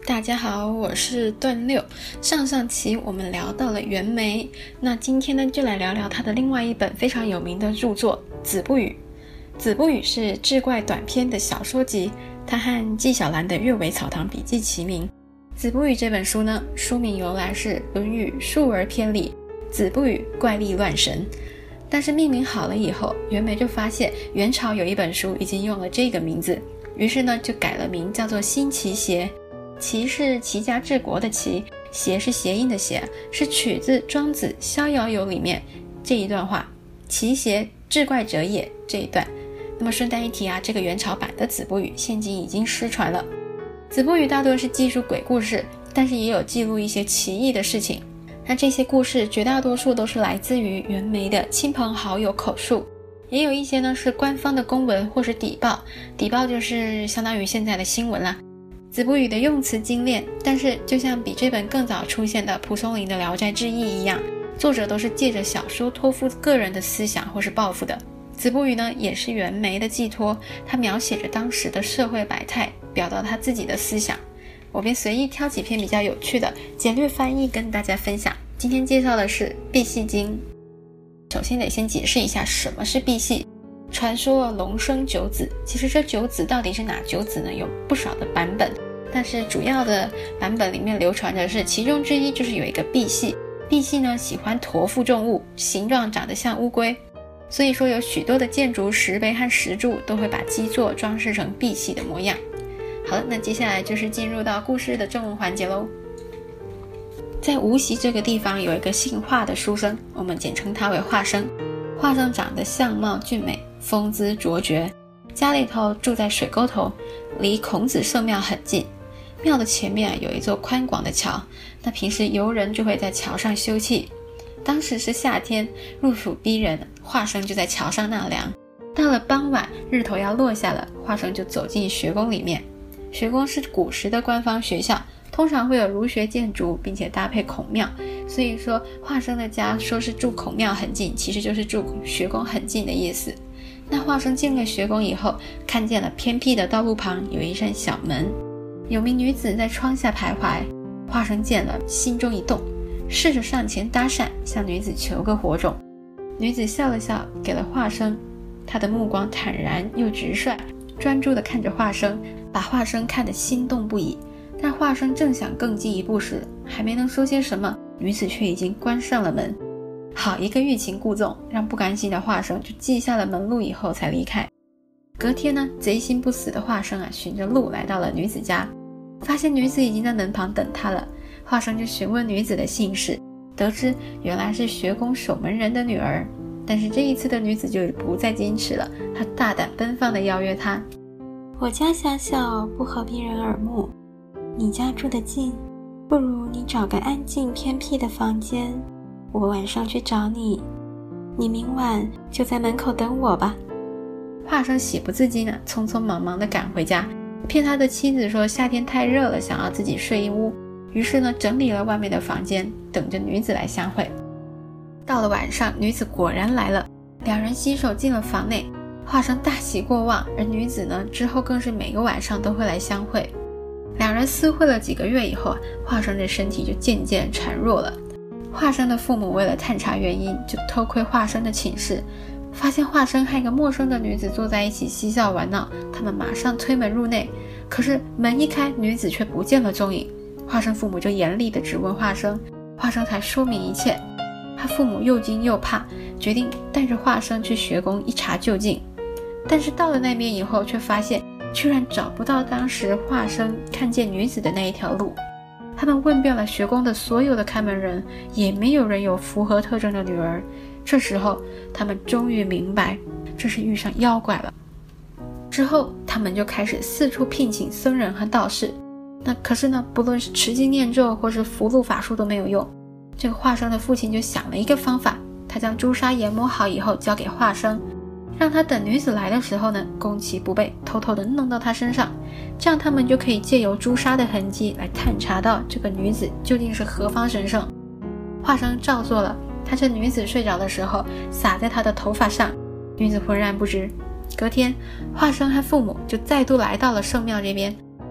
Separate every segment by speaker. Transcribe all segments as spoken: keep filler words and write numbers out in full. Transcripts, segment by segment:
Speaker 1: 大家好，我是段六。上上期我们聊到了袁枚，那今天呢就来聊聊他的另外一本非常有名的著作《子不语》。《子不语》是志怪短篇的小说集，它和纪晓岚的《阅微草堂笔记》齐名。《子不语》这本书呢，书名由来是《论语·述而篇》里子不语怪力乱神。但是命名好了以后，袁枚就发现元朝有一本书已经用了这个名字，于是呢就改了名，叫做《新齐谐》。齐是齐家治国的齐，谐是谐音的谐，是取自庄子《逍遥游》里面这一段话，齐谐志怪者也这一段。那么顺带一提啊，这个元朝版的子不语现今已经失传了。子不语大多是记述鬼故事，但是也有记录一些奇异的事情。那这些故事绝大多数都是来自于袁枚的亲朋好友口述，也有一些呢是官方的公文或是邸报，邸报就是相当于现在的新闻啦。子不语的用词精炼，但是就像比这本更早出现的蒲松龄的《聊斋志异》一样，作者都是借着小说托付个人的思想或是抱负的。子不语呢也是袁枚的寄托，他描写着当时的社会百态，表达他自己的思想。我便随意挑几篇比较有趣的简略翻译跟大家分享。今天介绍的是赑屃经。首先得先解释一下什么是赑屃。传说龙生九子，其实这九子到底是哪九子呢？有不少的版本，但是主要的版本里面流传的是其中之一，就是有一个赑屃。赑屃呢喜欢驮负重物，形状长得像乌龟，所以说有许多的建筑石碑和石柱都会把基座装饰成赑屃的模样。好了，那接下来就是进入到故事的正文环节咯。在无锡这个地方有一个姓华的书生，我们简称他为华生。华生长得相貌俊美，风姿卓绝，家里头住在水沟头，离孔子圣庙很近。庙的前面、啊、有一座宽广的桥，那平时游人就会在桥上休憩。当时是夏天，入暑逼人，华生就在桥上纳凉。到了傍晚，日头要落下了，华生就走进学宫里面。学宫是古时的官方学校，通常会有儒学建筑，并且搭配孔庙，所以说华生的家说是住孔庙很近，其实就是住学宫很近的意思。那华生进了学宫以后，看见了偏僻的道路旁有一扇小门，有名女子在窗下徘徊。华生见了，心中一动，试着上前搭讪，向女子求个火种。女子笑了笑，给了华生，她的目光坦然又直率，专注地看着华生，把华生看得心动不已。但华生正想更进一步时，还没能说些什么，女子却已经关上了门。好一个欲擒故纵，让不甘心的华生就记下了门路以后才离开。隔天呢，贼心不死的华生啊，循着路来到了女子家，发现女子已经在门旁等他了。华生就询问女子的姓氏，得知原来是学宫守门人的女儿。但是这一次的女子就不再矜持了，她大胆奔放地邀约他：
Speaker 2: 我家狭小，不合别人耳目，你家住得近，不如你找个安静偏僻的房间，我晚上去找你，你明晚就在门口等我吧。
Speaker 1: 华生喜不自禁啊，匆匆忙忙地赶回家，骗他的妻子说夏天太热了，想要自己睡一屋。于是呢，整理了外面的房间，等着女子来相会。到了晚上，女子果然来了，两人携手进了房内。华生大喜过望，而女子呢，之后更是每个晚上都会来相会。两人私会了几个月以后啊，华生的身体就渐渐孱弱了。华生的父母为了探查原因，就偷窥华生的寝室，发现华生和一个陌生的女子坐在一起嬉笑玩闹，他们马上推门入内，可是门一开，女子却不见了踪影。华生父母就严厉地质问华生，华生才说明一切。他父母又惊又怕，决定带着华生去学宫一查究竟。但是到了那边以后，却发现居然找不到当时华生看见女子的那一条路。他们问遍了学宫的所有的看门人，也没有人有符合特征的女儿。这时候他们终于明白，这是遇上妖怪了。之后他们就开始四处聘请僧人和道士，那可是呢，不论是持经念咒或是符箓法术都没有用。这个华生的父亲就想了一个方法，他将朱砂研磨好以后交给华生，让他等女子来的时候呢，攻其不备，偷偷的弄到她身上，这样他们就可以借由朱砂的痕迹来探查到这个女子究竟是何方神圣。华生照做了，他趁女子睡着的时候洒在她的头发上，女子浑然不知。隔天，华生和父母就再度来到了圣庙这边，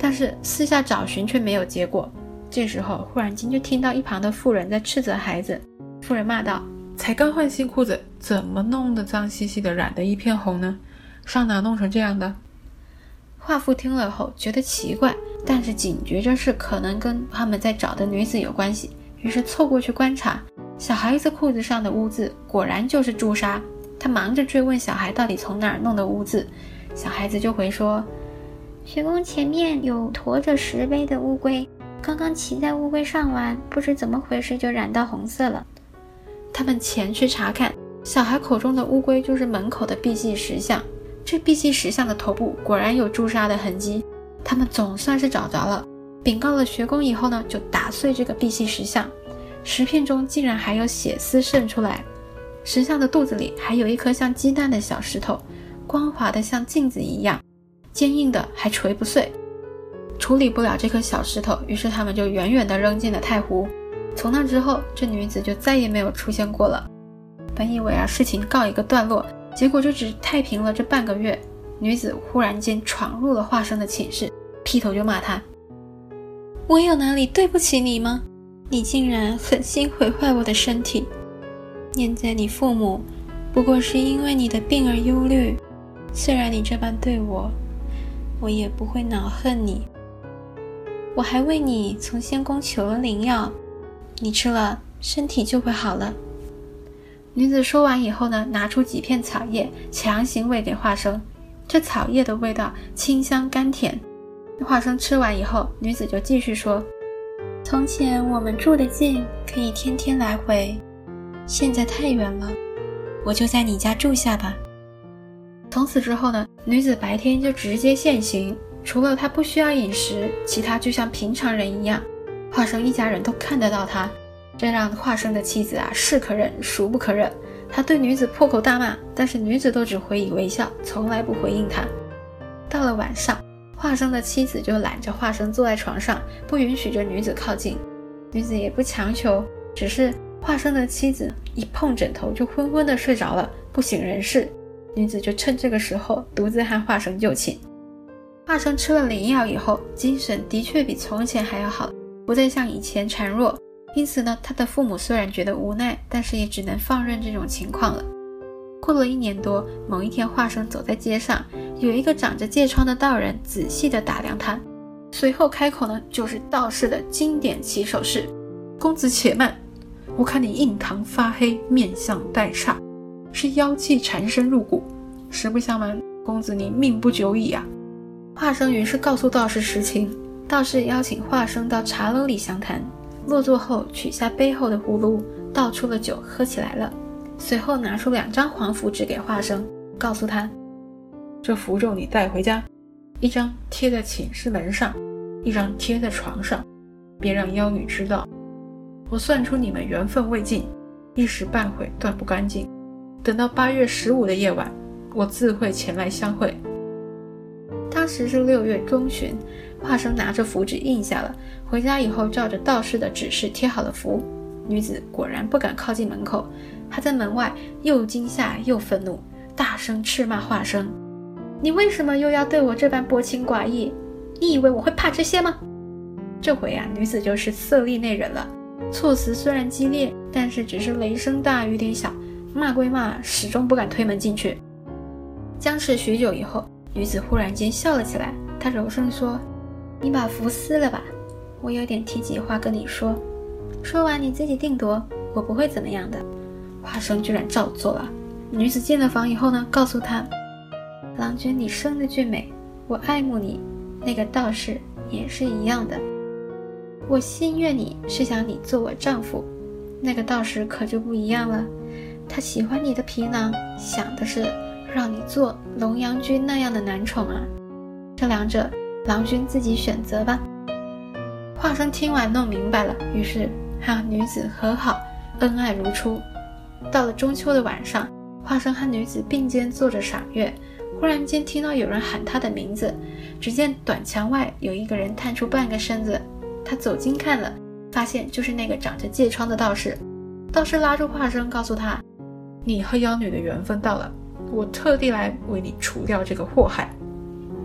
Speaker 1: 但是四下找寻却没有结果。这时候忽然间就听到一旁的妇人在斥责孩子，妇人骂道：
Speaker 3: 才刚换新裤子，怎么弄得脏兮兮的，染得一片红呢？上哪弄成这样的？
Speaker 1: 画父听了后觉得奇怪，但是警觉这事可能跟他们在找的女子有关系，于是凑过去观察，小孩子裤子上的污渍果然就是朱砂。他忙着追问小孩到底从哪儿弄的污渍，小孩子就回说：学宫前面有驮着石碑的乌龟，刚刚骑在乌龟上玩，不知怎么回事就染到红色了。他们前去查看，小孩口中的乌龟就是门口的碧玺石像，这碧玺石像的头部果然有朱砂的痕迹。他们总算是找着了，禀告了学宫以后呢，就打碎这个碧玺石像，石片中竟然还有血丝渗出来，石像的肚子里还有一颗像鸡蛋的小石头，光滑的像镜子一样，坚硬的还锤不碎。处理不了这颗小石头，于是他们就远远地扔进了太湖。从那之后，这女子就再也没有出现过了。本以为啊事情告一个段落，结果就只太平了这半个月。女子忽然间闯入了华生的寝室，劈头就骂他：我有哪里对不起你吗？你竟然狠心毁坏我的身体。念在你父母不过是因为你的病而忧虑，虽然你这般对我，我也不会恼恨你。我还为你从仙宫求了灵药，你吃了身体就会好了。女子说完以后呢，拿出几片草叶强行喂给华生，这草叶的味道清香甘甜。华生吃完以后，女子就继续说：从前我们住得近，可以天天来回，现在太远了，我就在你家住下吧。从此之后呢，女子白天就直接现形，除了她不需要饮食，其他就像平常人一样。华生一家人都看得到她，这让华生的妻子啊是可忍孰不可忍。他对女子破口大骂，但是女子都只回以微笑，从来不回应他。到了晚上，华生的妻子就揽着华生坐在床上，不允许这女子靠近。女子也不强求，只是华生的妻子一碰枕头就昏昏的睡着了，不省人事。女子就趁这个时候独自和华生就寝。华生吃了灵药以后，精神的确比从前还要好，不再像以前孱弱。因此呢，他的父母虽然觉得无奈，但是也只能放任这种情况了。过了一年多，某一天华生走在街上，有一个长着疥疮的道人仔细地打量他，随后开口呢，就是道士的经典起手式：公子且慢，我看你印堂发黑，面相带煞，是妖气缠身入骨，实不相瞒，公子你命不久矣啊。华生于是告诉道士实情，道士邀请华生到茶楼里详谈。落座后，取下背后的葫芦，倒出了酒，喝起来了。随后拿出两张黄符纸给华生，告诉他：这符咒你带回家，一张贴在寝室门上，一张贴在床上，别让妖女知道。我算出你们缘分未尽，一时半会断不干净。等到八月十五的夜晚，我自会前来相会。当时是六月中旬，华生拿着符纸印下了，回家以后照着道士的指示贴好了符。女子果然不敢靠近门口，她在门外又惊吓又愤怒，大声斥骂华生：你为什么又要对我这般薄情寡义？你以为我会怕这些吗？这回啊，女子就是色厉内荏了，措辞虽然激烈，但是只是雷声大雨点小，骂归骂，始终不敢推门进去。僵持许久以后，女子忽然间笑了起来，她柔声说：你把符撕了吧，我有点提己话跟你说，说完你自己定夺，我不会怎么样的。华生居然照做了。女子进了房以后呢，告诉他：郎君你生得俊美，我爱慕你，那个道士也是一样的，我心悦你是想你做我丈夫，那个道士可就不一样了，他喜欢你的皮囊，想的是让你做龙阳君那样的男宠啊，这两者郎君自己选择吧。华生听完弄明白了，于是和女子和好，恩爱如初。到了中秋的晚上，华生和女子并肩坐着赏月，忽然间听到有人喊他的名字，只见短墙外有一个人探出半个身子，他走近看了，发现就是那个长着疥疮的道士。道士拉住华生，告诉他：你和妖女的缘分到了，我特地来为你除掉这个祸害。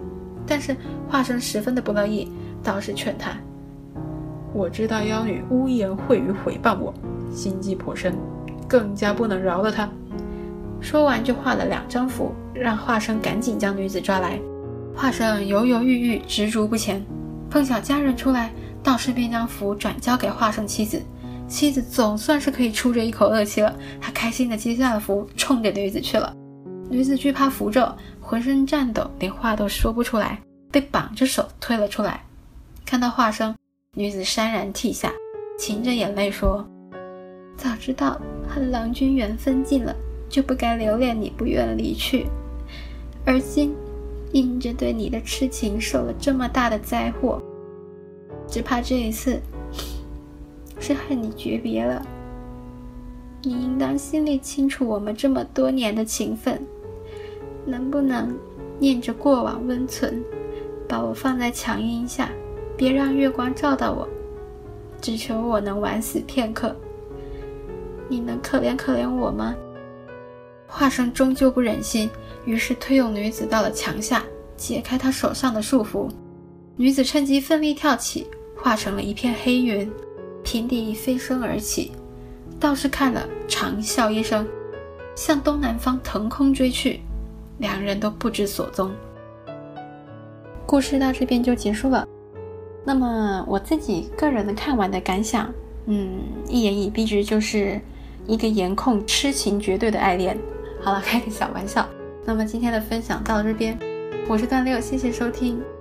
Speaker 1: 但是华生十分的不乐意，道士劝他：
Speaker 3: 我知道妖女污言秽语毁谤我，心机颇深，更加不能饶了她。
Speaker 1: 说完就画了两张符，让华生赶紧将女子抓来。华生犹犹豫豫，执着不前，碰巧家人出来，道士便将符转交给华生妻子。妻子总算是可以出这一口恶气了，她开心地接下了符，冲着女子去了。女子惧怕符咒，浑身颤抖，连话都说不出来，被绑着手推了出来。看到华生，女子潸然涕下，噙着眼泪说：早知道和郎君缘分尽了，就不该留恋你不愿离去，而今因着对你的痴情受了这么大的灾祸，只怕这一次是和你诀别了。你应当心里清楚我们这么多年的情分，能不能念着过往温存，把我放在墙荫下，别让月光照到我，只求我能晚死片刻。你能可怜可怜我吗？华生终究不忍心，于是推拥女子到了墙下，解开她手上的束缚。女子趁机奋力跳起，化成了一片黑云，平地飞升而起。道士看了，长啸一声，向东南方腾空追去，两人都不知所踪。故事到这边就结束了。那么我自己个人的看完的感想，嗯，一言以蔽之，就是一个颜控痴情绝对的爱恋。好了，开个小玩笑。那么今天的分享到这边，我是段六，谢谢收听。